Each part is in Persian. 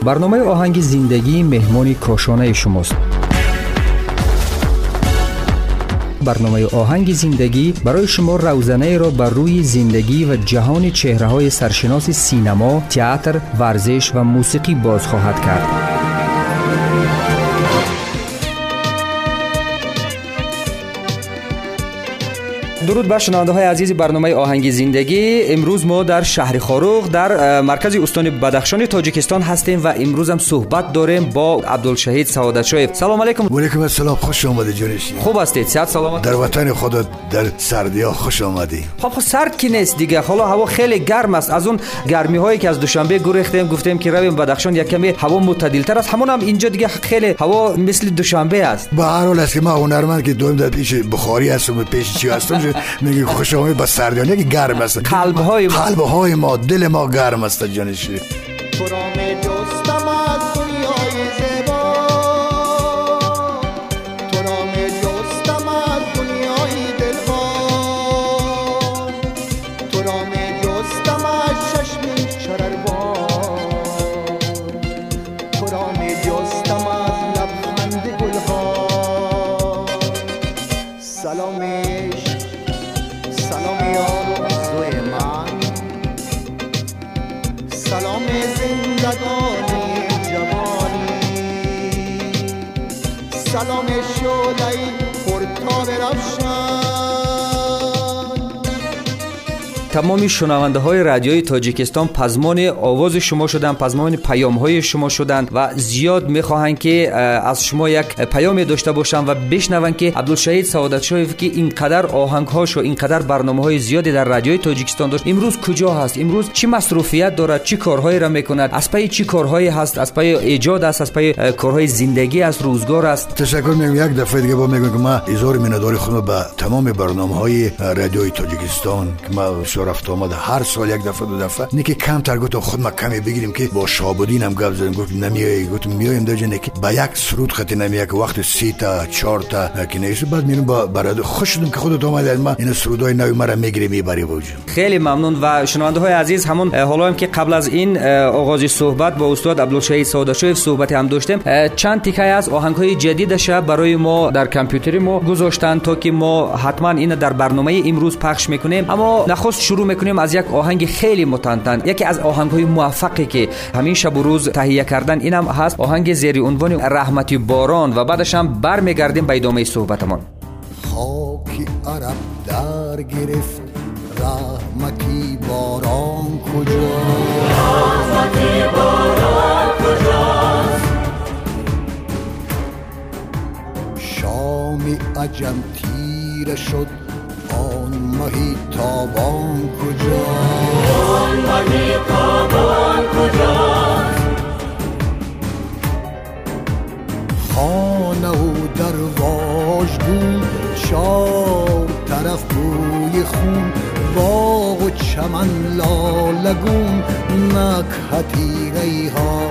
برنامه آهنگ زندگی مهمانی کاشانه شماست. برنامه آهنگ زندگی برای شما روزنه را بر روی زندگی و جهان چهره‌های سرشناس سینما، تئاتر، ورزش و موسیقی باز خواهد کرد. درود بر شنونده‌های عزیز برنامه آهنگ زندگی. امروز ما در شهر خاروق در مرکز استان بدخشان تاجیکستان هستیم و امروز هم صحبت داریم با عبدالشهید سعادتشویف. سلام علیکم. و علیکم السلام. خوش آمدید جونش. خوب هستید؟ صحت سلامت؟ در وطن خودت در سردی‌ها خوش آمدید. خب سرد کی نیست دیگه. حالا هوا خیلی گرم است. از اون گرمی‌هایی که از دوشنبه گریختیم گفتیم که رویم بدخشان یک کمی هوا معتدل‌تر است. همون هم اینجا دیگه خیلی هوا مثل دوشنبه است. به هر حال است که ما هنرمند که دوم در پیش بخاری هستم و پیش چی هستم میگه خوش آمدید به سردیانه که گرم است. قلب‌های ما دل ما گرم است جانش. سلام شعله‌ای پرتاب رفشان. تمام شنونده‌های رادیوی تاجیکستان پزمان آواز شما شدن، پزمان پیام‌های شما شدن و زیاد می‌خواهند که از شما یک پیامی داشته باشن و بشنون که عبدالشهید سعادتشویف که اینقدر آهنگ‌هاش و اینقدر برنامه‌های زیادی در رادیوی تاجیکستان داشت، امروز کجا هست؟ امروز چی مصروفیت دارد؟ چی کارهایی را می‌کند؟ از پای چی کارهایی هست؟ از پای ایجاد است، از پای کارهای زندگی است، روزگار است. تشکر می‌کنم. یک دفعه دیگه با میگم که ما اظهار مناداری خودم به تمام برنامه‌های رادیوی تاجیکستان که ما رفت آمد هر سال یک دفعه دو دفعه نیکی کم تر گفتم خود ما کمی بگیریم که با شابودین هم گپ زدیم. گفت نمیای. گفتم میایم در جنه که با یک سرود خطی نمیای که وقت 3 تا 4 تا که نیست. بعد میرم با برادر خوش شدم که خودت اومد از ما این سرودای نوی مرا میگیری میبری وجود. خیلی ممنون. و شنونده‌های عزیز همون حالا هم که قبل از این آغاز صحبت با استاد عبدالشهید سعادتشویف صحبت هم داشتیم، چند تیکه از آهنگ‌های جدیدش برای ما در کامپیوتری ما گذاشتن تا که ما حتما این در برنامه امروز پخش میکنیم. اما نخست شروع میکنیم از یک آهنگ خیلی متن‌تن، یکی از آهنگ‌های موفقی که همین شب و روز تهیه کردن اینم هست، آهنگ زیر عنوان رحمتی باران و بعدش هم برمیگردیم به ادامه صحبتمون. خاکی عرب در گرفت رحمتی باران کجا؟ رحمتی باران کجاست؟ شام عجم تیره شد آن ماهی تابان کجاست؟ آن ماهی تابان کجاست؟ خانه و درواژگون چار طرف بوی خون، باغ و چمن لالگون نکهتی ریحان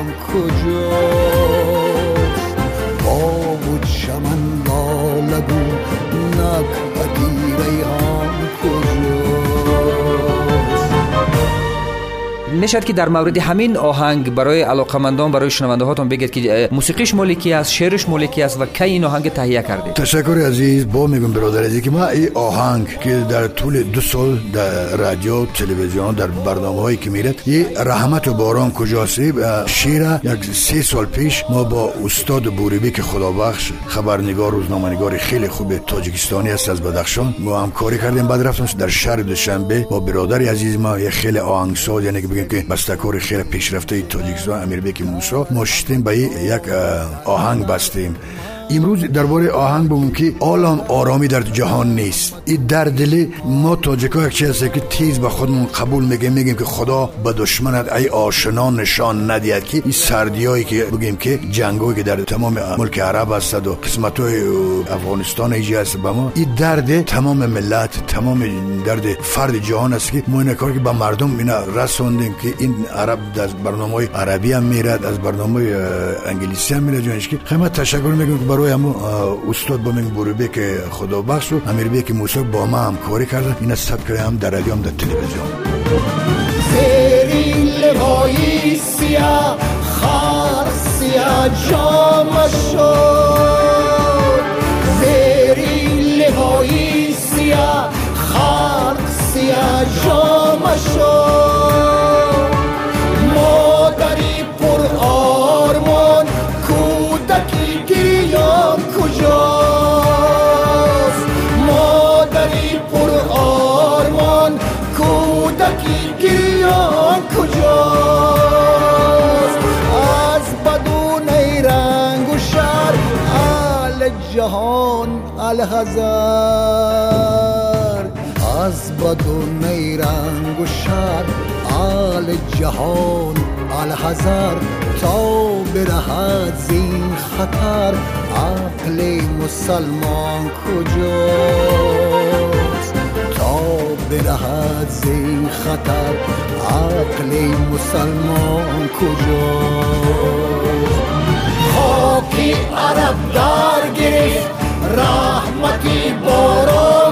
کجاست؟ باغ و چمن لالگون نکهتی ریحان کجاست؟ نشد که در مورد همین آهنگ برای علاقمندان، برای شنونده هاتون بگید که موسیقیش مالکی است، شعرش مالکی است و کی این آهنگ تهیه کردید؟ تشکر عزیز. با میگم برادر عزیز که ما این آهنگ که در طول 2 سال در رادیو تلویزیون در برنامه‌هایی که میرد، این رحمت و باران کجاست شعر یک 3 سال پیش ما با استاد بوریبی که خدابخش خبرنگار روزنامه‌نگار خیلی خوب تاجیکستانی است از بدخشان ما همکاری کردیم. بعد رفتم در شهر دوشنبه با برادر عزیز ما یه خیلی آهنگساز، یعنی که بگیم که بسته‌کار خیلی پیشرفته تاجیکستان امیربک موسی، ما شدیم به یک آهنگ بستیم. امروز درباره آهنگ بگم که الان آرامی در جهان نیست. این در دل ما تاجیکا یک چیز است که تیز به خودمون قبول میگیم که خدا به دشمنت ای آشنا نشان ندهد که این سردیایی که بگیم که جنگایی که در تمام ملک عرب است و قسمت‌های افغانستان ایجا است به ما، این درد تمام ملت، تمام درد فرد جهان است که ما این کار که به مردم اینا رسوندیم که این عرب از برنامه‌های عربی هم میرد، از برنامه‌های انگلیسی هم میرد. جونش که خیلی تشکر میگم برای همون استاد با من بوریبه که خدا بخش و امیربک موسی با ما همکاری کردن. اینا ثبت کردم هم در رادیو هم در تلویزیون. زیر لوای سیاه سیاه جام شد، زیری لبایی سیاه خلق سیاه جام شد. مادری پر آرمان کودکی گریان کجاست؟ مادری پر آرمان کودکی گریان کجاست؟ از بدون رنگ و شر آل جهان الحذر، از بدون رنگ و شر آل جهان الحذر. تا برهد زین خطر عقل مسلمان کجاست؟ تا برهد زین خطر عقل مسلمان کجاست؟ خاکی عرب در گرفت رحمتی باران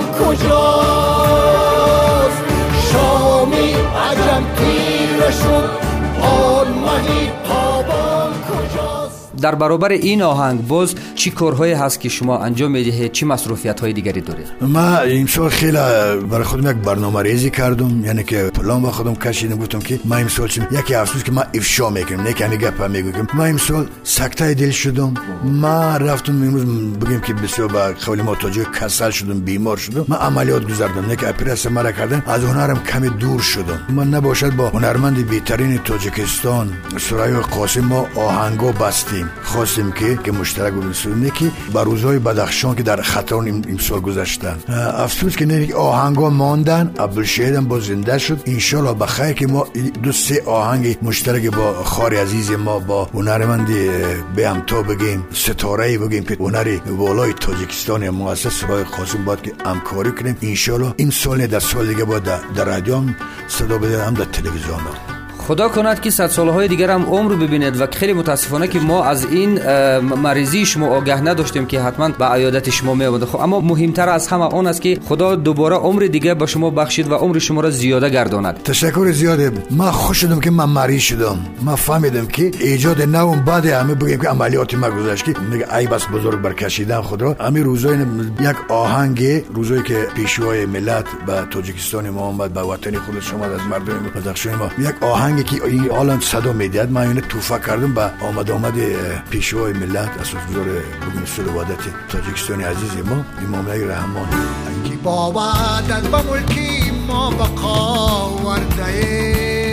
کجاست؟ شامی عجم تیره شد آن مهی تابان کجاست؟ در برابر این آهنگ باز چی کارهایی هست که شما انجام میدهید؟ چی مصروفیت های دیگری دارید؟ ما امسال خیلی برای خودم یک برنامه ریزی کردم، یعنی که پلان با خودم کشیدم، گفتم که ما امسال یکی افسوس که ما افشا میکنیم، نه که همین گپ میگم. ما امسال سکته دل شدم، ما رفتم امروز بگیم که بسیار با قول ما تاجیک کسل شدم، بیمار شدم، ما عملیات گذاردم، نه که اپراسیون مرا کردن، از هنرم کمی دور شدم. من نباشد با هنرمند بهترین تاجیکستان سرای قاسم ما آهنگو بستیم، خواستیم که مشترک بسازیم که با روزهای بدخشان که در خطر امسال گذشتن. افسوس که نه آهنگا ماندن. عبدالشهید هم با زنده شد، انشالله بخیر که ما دو سه آهنگ مشترک با خار عزیز ما با هنرمند به همتا بگیم ستاره بگیم که هنر والای تاجیکستان مؤسس سرای قاسم باید که همکاری کنیم. انشالله این سال در سال دیگه باید در رادیو صدا بده، هم در تلویزیون. خدا کند که 100 سالهای دیگر هم عمر ببینید و خیلی متاسفانه که ما از این مریضی شما آگاه نداشتیم که حتما به عیادت شما میآمد. خب اما مهمتر از همه اون است که خدا دوباره عمر دیگه به شما بخشید و عمر شما را زیاده گرداند. تشکر زیاده. ما خوش شدم که من مریض شدم. ما فهمیدم که ایجاد نوم بعد همه بگیم که عملیات ما گذشت که میگه ای بس بزرگ برکشیدن خود را. همین روزای یک آهنگ روزایی که پیشوای ملت به تاجیکستان ما اومد، به وطن خود شما از مردم بدخشان ما یک آهنگ که این عالم صدا میداد، من اینو توفیق کردم با آمد پیشوای ملت اساسگزار بگیم سلوادت تاجیکستان عزیز ما امام رحمان که با وعدت به ملکی ما بقا ورده،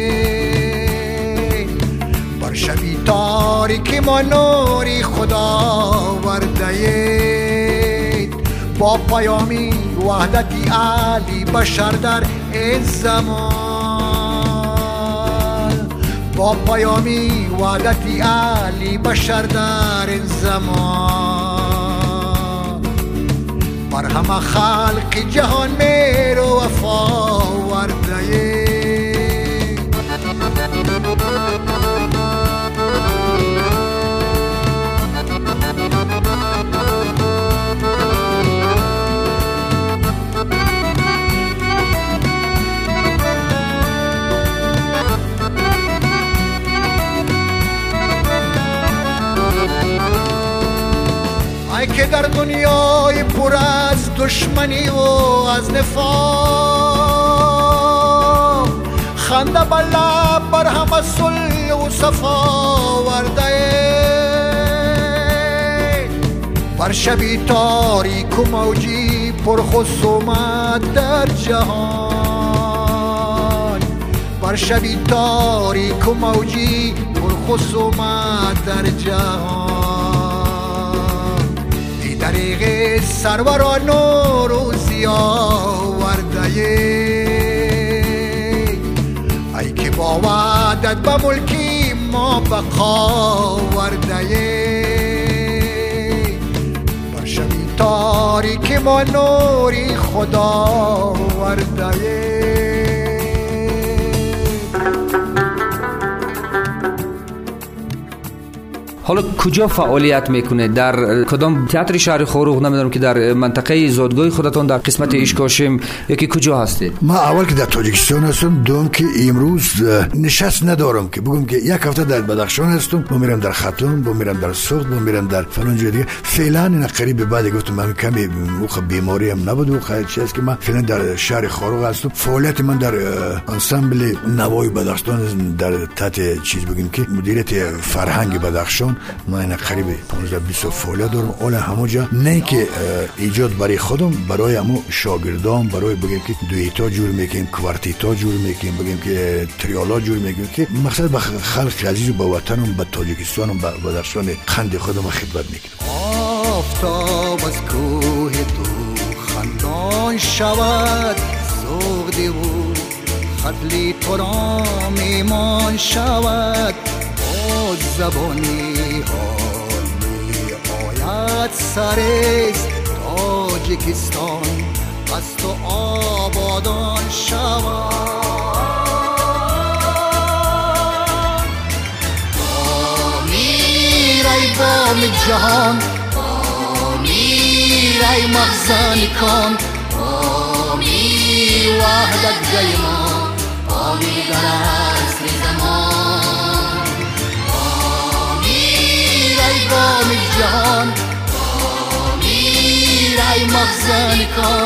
بر شبی تاریک ما نوری خدا ورده، با پیامی وحدتی علی بشر در این زمان، با پیامی وحدتی علی بشر در این زمان، بر همه خلق جهان میر و وفا ورده. ای که در دنیای پر از دشمنی و از نفاق، خنده بر لب بر همه صلح و صفا ورده، بر شبی تاریک و موجی پر خصومت در جهان، بر شبی تاریک و موجی پر خصومت در جهان، طریق سروران نور و ضیا ورده، ای که با وعدت به ملکی ما بقا ورده، بر شبی تاریک ما نوری خدا ورده. حالا کجا فعالیت میکنه؟ در کدام تئاتر شهر خروغ، نمیدونم که در منطقه زادگاه خودتون در قسمت اشکاشم یکی کجا هستید؟ ما اول که در تاجیکستان هستم، دوم که امروز نشست ندارم که بگم که یک هفته در بدخشان هستم، با میرم در ختلون، با میرم در سوخت، با میرم در فلان جای دیگه. فعلا این قریب بعد گفتم من کمی بیماری هم نبود و خیلی چیز که من فعلا در شهر خروغ هستم. فعالیت من در انسامبل نوای بدخشان در تحت چیز بگیم که مدیریت فرهنگ بدخشان، من قریب 15-20 فعالیت دارم. اول همونجا نه که ایجاد برای خودم، برای همو شاگردام، برای بگیم که دویتا جور میکنیم، کوارتیتا جور میکنیم، بگیم که تریالا جور میکنیم که مقصد به خلق عزیز و به وطنم، به تاجیکستان و به بدخشان قند خودم خدمت میکنم. آفتاب از کوه تو خندان شود، ذوق دیو خطلی تو را میمان شود. با زبانی حال می آید سرست تاجیکستان، از تو آبادان شود. امیر ای بام جهان، امیر ای مخزن کن، امیر وحدت گیما، امیر در عصر زمان. امیر ای بام جهان، امیر ای مخزن کن،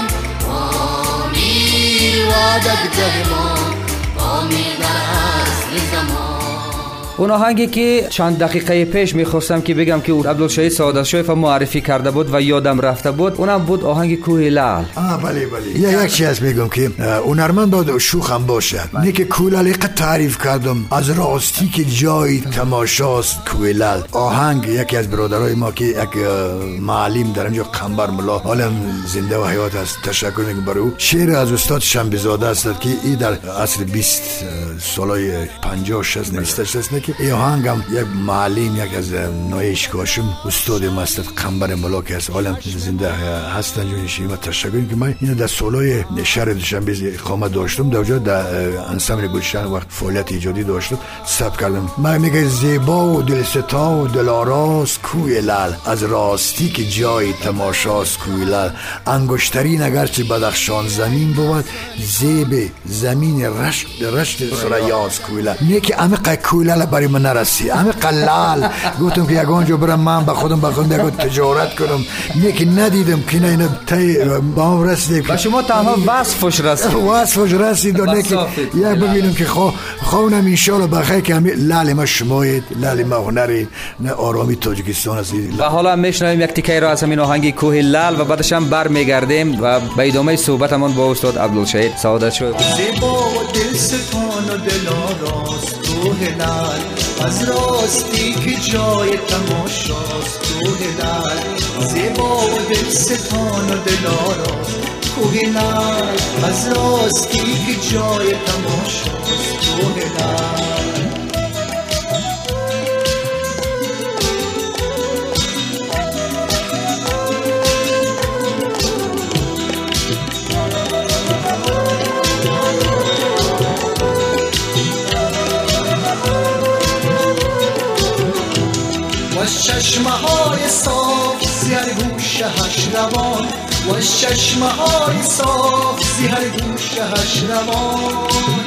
امیر وحدت گیما، امیر در عصر زمان. اون آهنگی که چند دقیقه پیش میخواستم که بگم که عبدالشهید سعادت شایف معرفی کرده بود و یادم رفته بود، اونم بود آهنگ کوه لعل. بله یک چیز میگم که هنرمند باید شوخ هم باشه. نه که کوه لعل تعریف کردم، از راستی که جای تماشاست کوه لعل. آهنگ یکی از برادرای ما که یک معلم در اینجا قنبر ملا، حالا زنده و حیات است، تشکر میگم برای او. شعر از استاد شنبه‌زاده است که این در عصر 20 سالای 50 60 نوشته شده. که این آهنگ هم یک معلم، یک از نایش کاشم استاد مستد قنبر ملا که از حالا زنده هستن جون شیما، تشکر که من اینو در سالای شهر دوشنبه اقامت داشتم، در اونجا در انسامبل گلشن وقت فعالیت ایجادی داشتم، ثبت کردم. من میگه زیبا و دلستا و دلاراست کوه لعل، از راستی که جای تماشاست کوه لعل. انگشترین اگرچه بدخشان زمین بود، زیب زمین رشت سریاست کوه لعل. نه که عمق کوه لعل برای من نرسی، همه قلال. گفتم که یگانجا برم من با خودم بخوام تجارت کنم، نه که ندیدم که نه اینا تای با هم رسید. و شما تنها وصفش رسید و نه که یک ببینم که خواهنم انشاءالله بخیر که همه لعل ما شمایید، لعل ما هنری، نه آرامی تاجیکستان است. و حالا میشنویم یک تیکه را از همین آهنگ کوه لعل و بعدش هم برمیگردیم و به ادامه صحبتمون با استاد عبدالشهید سعادت شایف. زیبا و دلستان و دلاراست کوه لعل، از راستی که جای تماشاست کوه لعل. زیبا و دلستان و دلاراست کوه لعل، از راستی که جای تماشاست کوه لعل. چشمه های صاف زیر گوشهش روان، و چشمه های صاف زیر گوشهش روان.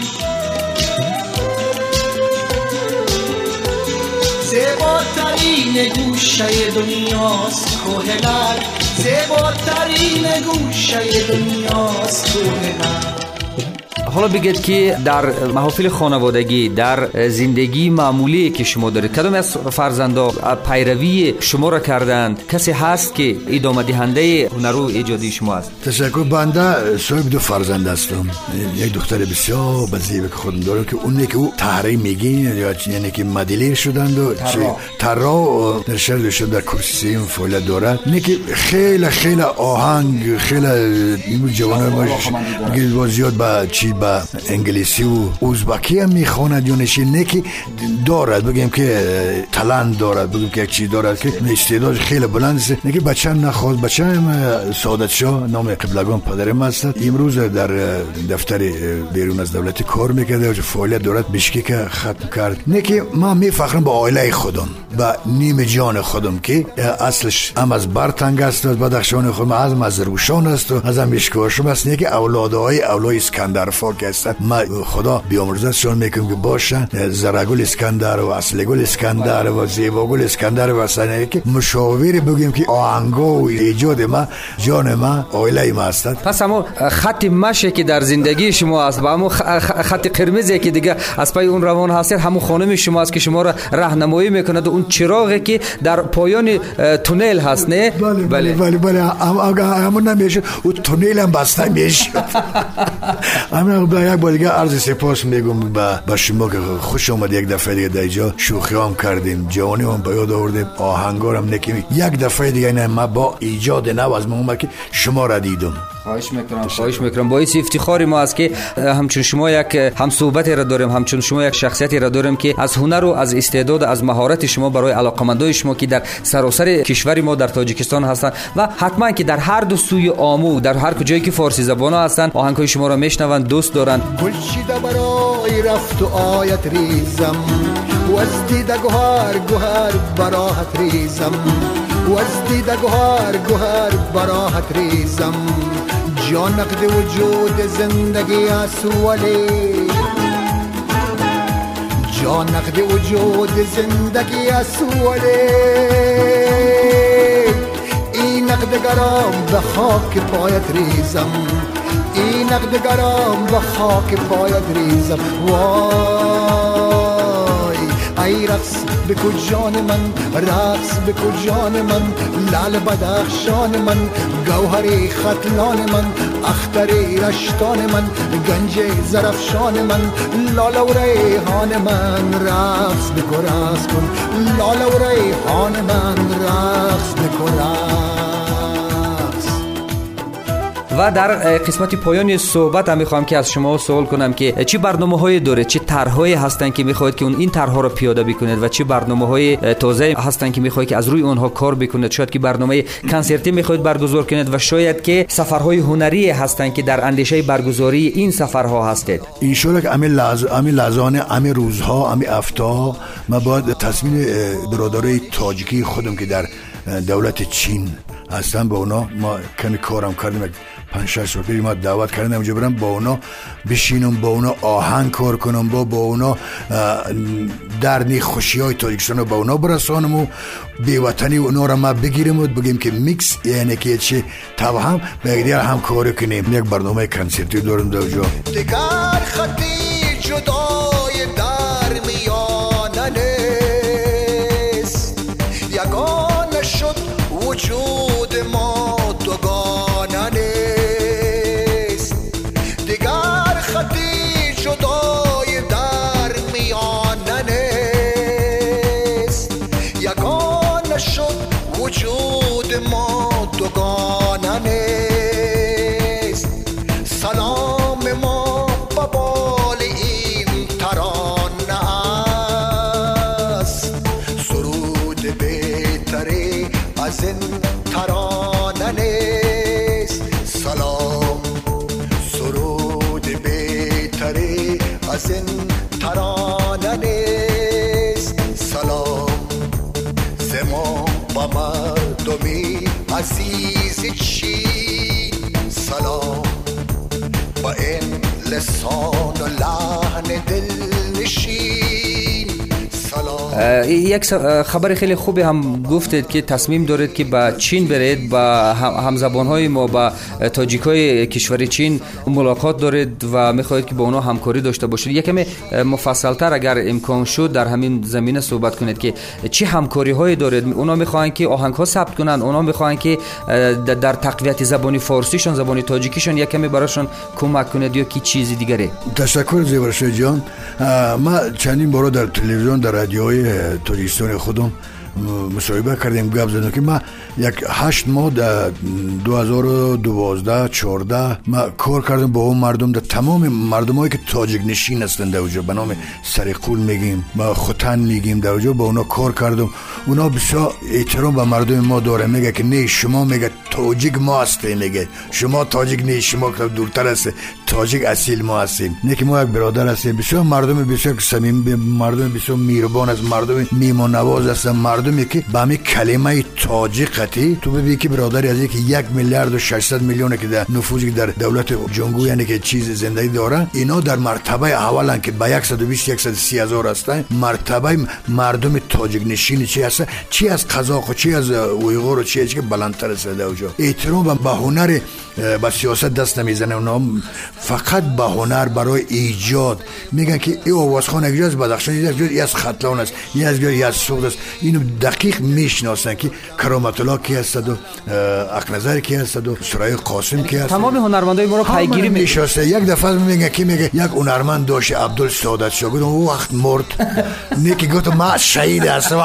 زیباترین گوشه دنیاست کوه لعل، زیباترین گوشه دنیاست کوه لعل. حالا بگید که در محافل خانوادگی، در زندگی معمولی که شما دارید، کدام از فرزندا پیروی شما را کردند؟ کسی هست که ادامه دهنده هنر ایجادی شما است؟ تشکر. بنده صاحب 2 فرزند هستم. یک دختر بسیار بزیبا که خودم دارم که اون که او طراحی میگین، یعنی که مدلیر شدند و طراح در شهر دوشنبه در کرسی فعالیت دارد. نه که خیلی آهنگ، خیلی این جوانان ما زیاد با چیز چی با انگلیسی و ازبکی هم میخواند یا نشی نکی دارد بگیم که تالنت دارد بگیم که یک چیز دارد که استعداد خیلی بلند است. نکی بچه نخواست بچه هم سعادت شاه نام قبلگان پدرم است. امروز در دفتر بیرون از دولتی کار میکرده و فعالیت دولت بشکیک ختم کرد. نکی ما میفخرم با عائله خودم با نیم جان خودم که اصلش هم از برتنگ است و بدخشان خودم از روشان است و از هم اشکاشم است. نکی اولادهای اولای اسکندر فاک هستند. ما خدا بیامرزشون میکنم که باشن زرگل اسکندر و اصلگل اسکندر و زیباگل اسکندر و سنه که مشاوری بگیم که آهنگو و ایجاد ما جان ما عائله ما است. پس همون خط مشی که در زندگی شما است با همون خط قرمزی که دیگه از پای اون روان هستید همون خانم شما است که شما را راهنمایی میکنه اون چراغی که در پایان تونل هست. نه بله همون نمیشه اون تونل هم بسته میشه. همین با یک بار دیگه عرض سپاس میگم با شما که خوش آمد. یک دفعه دیگه در اینجا شوخی هم کردیم جوانی هم به یاد آوردیم آهنگارم نکیم. یک دفعه دیگه نه ما با ایجاد نو از ما که شما را دیدم. خواهش میکنم. باعث افتخار ما است که همچون شما یک هم صحبتی را داریم، همچون شما یک شخصیتی را داریم که از هنر و از استعداد از مهارت شما برای علاقمندای شما که در سراسر کشور ما در تاجیکستان هستند و حتما که در هر دو سوی آمو در هر کجایی که فارسی زبان ها هستند آهنگای شما را میشنوند دوست دارند. گلشیده برای رفت و آیت ریزم و از دیده گوهر براحت ریزم و از دیده گوهر براحت ریزم. جان نقد وجود زندگی اسوله جان نقد وجود زندگی اسوله. این نقدگرام به خاک پایت ریزم این نقدگرام به خاک پایت ریزم. وای ای رقص بکن جان من رقص بکن جان من لعل بدخشان من گوهری ختلان من اختری رشتان من گنج زرفشان من لاله و ریحان من رقص بکن رقص کن لاله و ریحان من رقص بکن رقص. و در قسمت پایانی صحبت هم میخوام که از شما سوال کنم که چه برنامه‌هایی داره، چه طرح‌هایی هستن که میخواید که این طرح‌ها رو پیاده بکنید و چه برنامه‌های تازه هستن که میخواید که از روی اونها کار بکنید. شاید که برنامه کنسرتی میخواید برگزار کنید و شاید که سفرهای هنری هستن که در اندیشه برگزاری این سفرها هستید. ان شاءالله که همین لحظانه همین روزها همین هفته‌ها ما باید تصمیم برادرای تاجیکی خودم که در دولت چین هستن با اونا ما کمی کارم کردیم 5-6 سال پیش ما دعوت کردیم اونجا برم با اونا بشینم با اونا آهنگ کار کنم با اونا درنی خوشی‌های تاجیکستان رو با اونا برسانم و بی‌وطنی اونا رو ما بگیریم و بگیم که میکس یعنی که چه توهم به دیگر هم کار کنیم. یک برنامه کنسرتی دارم در اونجا. دیگر خطی جدای در میانه نیست یگانه شد وجود ما دوگانه نیست. دیگر خطی جدای در میانه نیست یگانه شد وجود ما دوگانه نیست. سلام ما ببال این ترانه است سرود بهتری از این ترانه نیست. سلام سرود بهتری از این ترانه نیست. سلام زما با مردمی عزیز چین سلام با این لسان و لحن دل نشین سلام. یک خبر خیلی خوبی هم گفتید که تصمیم دارید که با چین برید با همزبانهای ما با تاجیکای کشور چین ملاقات دارید و میخواهید که با اونا همکاری داشته باشید. یکم مفصل‌تر اگر امکان شد در همین زمینه صحبت کنید که چه همکاری هایی دارید. اونا میخواهند که آهنگ ها ثبت کنن، اونا میخواهند که در تقویت زبانی فارسیشون زبانی تاجیکیشون یکم براشون کمک کنید یا کی چیزی دیگره. تشکر زیورشاه جان. ما چندین بار در تلویزیون در رادیوی تاجیکستان خودم مصاحبه کردیم، گپ زدیم که ما یک 8 ماه در 2012 14 ما کار کردم با اون مردم، در تمام مردمایی که تاجیک نشین هستند در اونجا، به نام سرقول میگیم، ما خوتن میگیم، در اونجا با اونا کار کردم. اونا بسیار احترام به مردم ما داره، میگه که نه شما میگه تاجیک ما هستیم، میگه شما تاجیک نه، شما دورتر هست، تاجیک اصیل ما هستیم، نه که ما یک برادر هستیم. بسیار مردم بسیار صمیمی، مردم بسیار مهربان است، مردم میهمان نواز هستند، مردمی که با همین کلمه تاجیکتی تو ببینی که برادری از یک 1 میلیارد و 600 میلیون که در نفوذی در دولت جنگو یعنی که چیز زندگی دارن، اینا در مرتبه اولن که با 120 130 هزار هستن. مرتبه مردم تاجیک نشین چی هست، چی از قزاق و چی از اویغور و چی که بلندتر است در اونجا. احترام به هنر، با سیاست دست نمیزنه، اونا فقط با هنر برای ایجاد میگن که این آوازخوان اگه از بدخشان، یه از خطلان است، یه از سوخت است. اینو دقیق میشناسن که کرامت الله کی هست و اقنظر کی هست و سرای قاسم کی هست. تمام هنرمندای ما رو پیگیری میشناسه. یک دفعه میگه کی میگه یک هنرمند داشت عبدالسعادت شاه، گفتم اون وقت مرد، نیکی گفتم ما شهید هستم،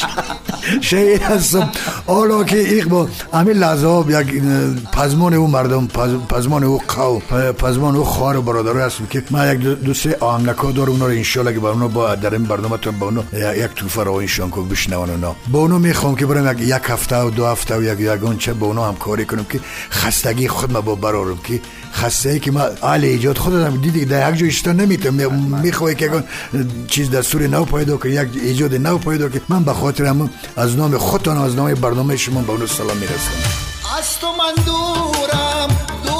شهید هستم. حالا که ایق با همین لحظه یک پزمان او مردم، پزمان او قوم، پزمان او خواهر و برادر هستم که ما یک دو سه آهنگکا دارم، اونا رو انشالله که با اونا با در این برنامه‌تون با اونا یک توفه رو انشان کو بشنون. اونا با اونا میخوام که برم یک هفته و 2 هفته و یک چه با اونا همکاری کنم که خستگی خود ما با برارم، که خستگی که ما اهل ایجاد خودم دیدی در یک جای ایستان نمیتونم، میخوای که چیز دستور نو پیدا کنی، یک ایجاد نو پیدا کنی. من به خاطر هم از نام خودتان و از نام برنامه شما به اون سلام میرسونم. از تو من دورم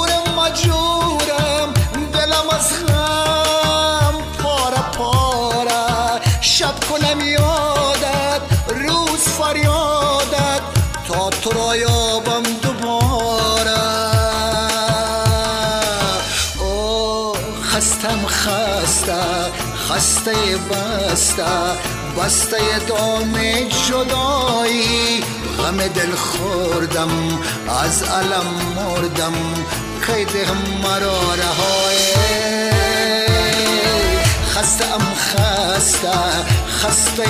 مجورم، دلم از غم پاره پاره، شب کنم یادت روز فریادت تا تو را یابم دوباره. او خستم خسته بسته دام جدایی، غم دل خوردم از علم مردم، قید مرا رهای. خستم خسته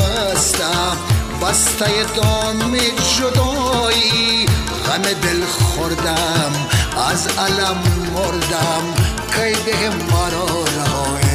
بسته دام جدایی، غم دل خوردم از علم مردم، قید مرا رهای.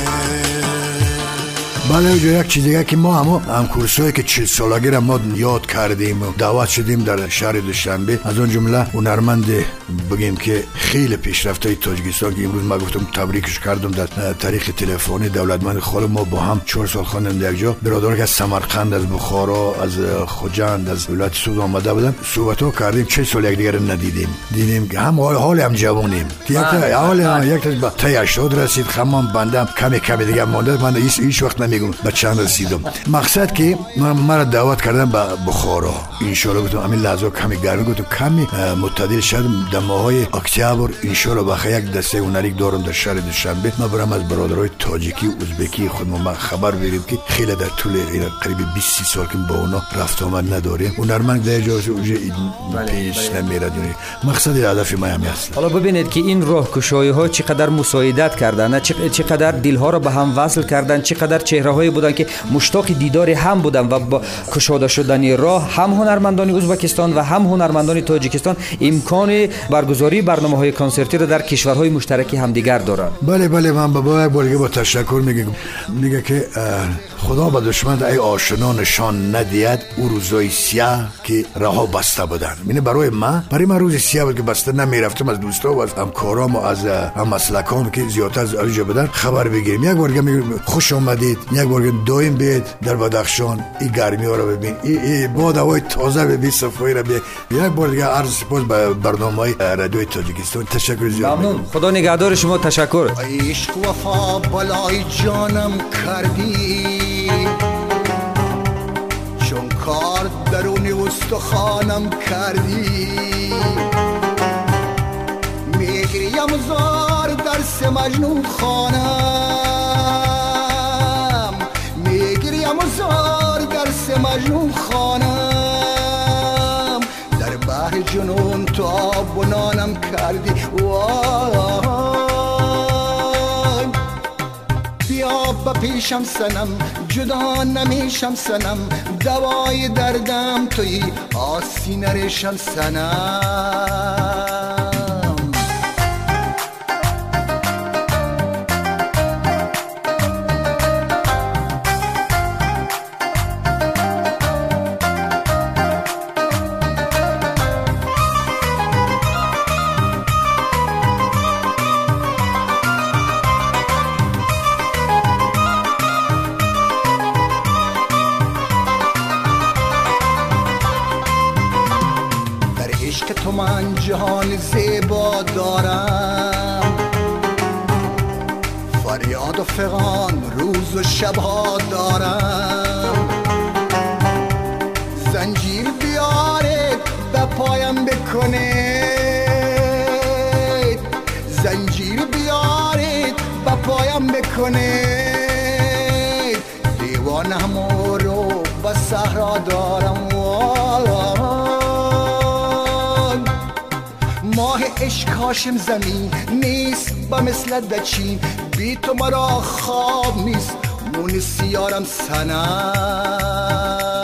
بله یک چیز دیگه که ما هم کورسایی که 40 سالگی را ما یاد کردیم و دعوت شدیم در شهر دوشنبه، از اون جمله هنرمند بگیم که خیلی پیشرفته تاجیکستان که امروز ما گفتم تبریکش کردم در طریق تلفنی، دولتمند خال ما با هم 4 سال خواندیم در جا، برادر که از سمرقند، از بخارا، از خوجند، از ولایت سود آمده بودن، صحبت‌ها کردیم. 40 سال یکدیگر رو دیدیم که هم حال هم جوانیم، یک تا 80 رسید، خمام بندم کمی دیگه مونده، من هیچ وقت به چند رسیدم. مقصد که مرا دعوت کردن به بخارا، انشالله گفتم همین لحظه کمی گرمی، گفتم کمی معتدل شد در ماهای اکتبر انشالله بخیر یک دسته هنری دارم در شهر دوشنبه، ما برام از برادرای تاجیکی ازبکی خودمون ما خبر بریم که خیلی در طول قریب 20 سال که با اونا رفت آمد نداریم، هنرمند در جای پیش نمیره. مقصد هدف ما همین است. حالا ببینید که این راهگشایی ها چقدر مساعدت کردن، چقدر دلها را به هم وصل کردن، چقدر چهره‌هایی بودن که مشتاق دیدار هم بودن و با کشاده شدن راه هم هنرمندان ازبکستان و هم هنرمندان تاجیکستان امکان برگزاری برنامه‌های کنسرتی را در کشورهای مشترک همدیگر دارند. بله من با تشکر میگه که خدا به دشمن ای آشنا نشان ندید او روزای سیاه که راه بسته بودن. یعنی برای من روز سیاه بود که بسته نمیرفتم، از دوستا و از همکارام و از همسلکان که زیادتر از اینجا بودن خبر بگیریم. یک بار میگم خوش آمدید، یک بار دایم بیاید در بدخشان، این گرمی ها رو ببین، این باد هوای تازه ببین، صفایی رو ببین. یک بار دیگه عرض سپاس به برنامه‌های رادیوی تاجیکستان. تشکر زیاد. ممنون. خدا نگهدار شما. تشکر. عشق وفا بلای جانم کردی، چون کار درونی استخوانم کردی، میگریم زار درس مجنون خانم، میگریم زار درس مجنون خانم، در بحر جنون تو آب و نانم کردی. وای بیا بیا با پیشم سنم جدا نمیشم سنم دوای دردم توی آسین ریشم سنم که تو من جهان زیبا دارم فریاد و فغان روز و شبها دارم زنجیر بیارید به پایم بکنید زنجیر بیارید به پایم بکنید دیوانم رو به صحرا دارم ماه عشق هاشم زمین نیست با مثل دچین بی تو مرا خواب نیست مون سیارم سنم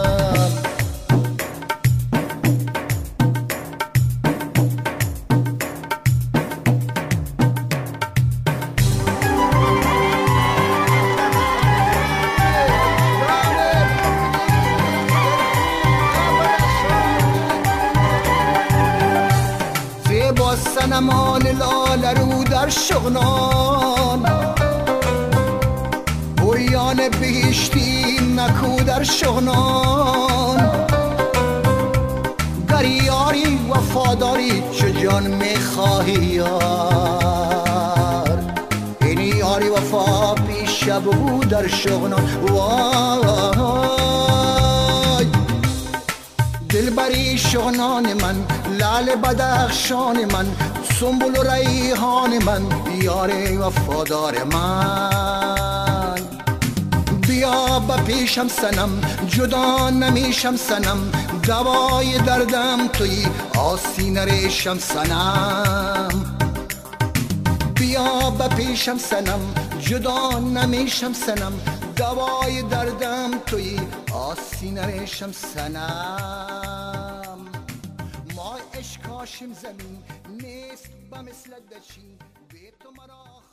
با سنمان لال رو در شغنان بریان بهشتی نکو در شغنان گر یاری وفاداری چه جان میخواهی یار این یاری وفا پیش بگو در شغنان وای دلبری شغنان من لعل بدخشان من سنبل و ریحان من یار وفادار من بیا با پیشم سنم جدا نمیشم سنم دوای دردم توی آسین ریشم سنم بیا با پیشم سنم جدا نمیشم سنم دوای دردم توی آسین ریشم سنم ما عشق هاشم زمین نیست با مثل دچین بی تو مرا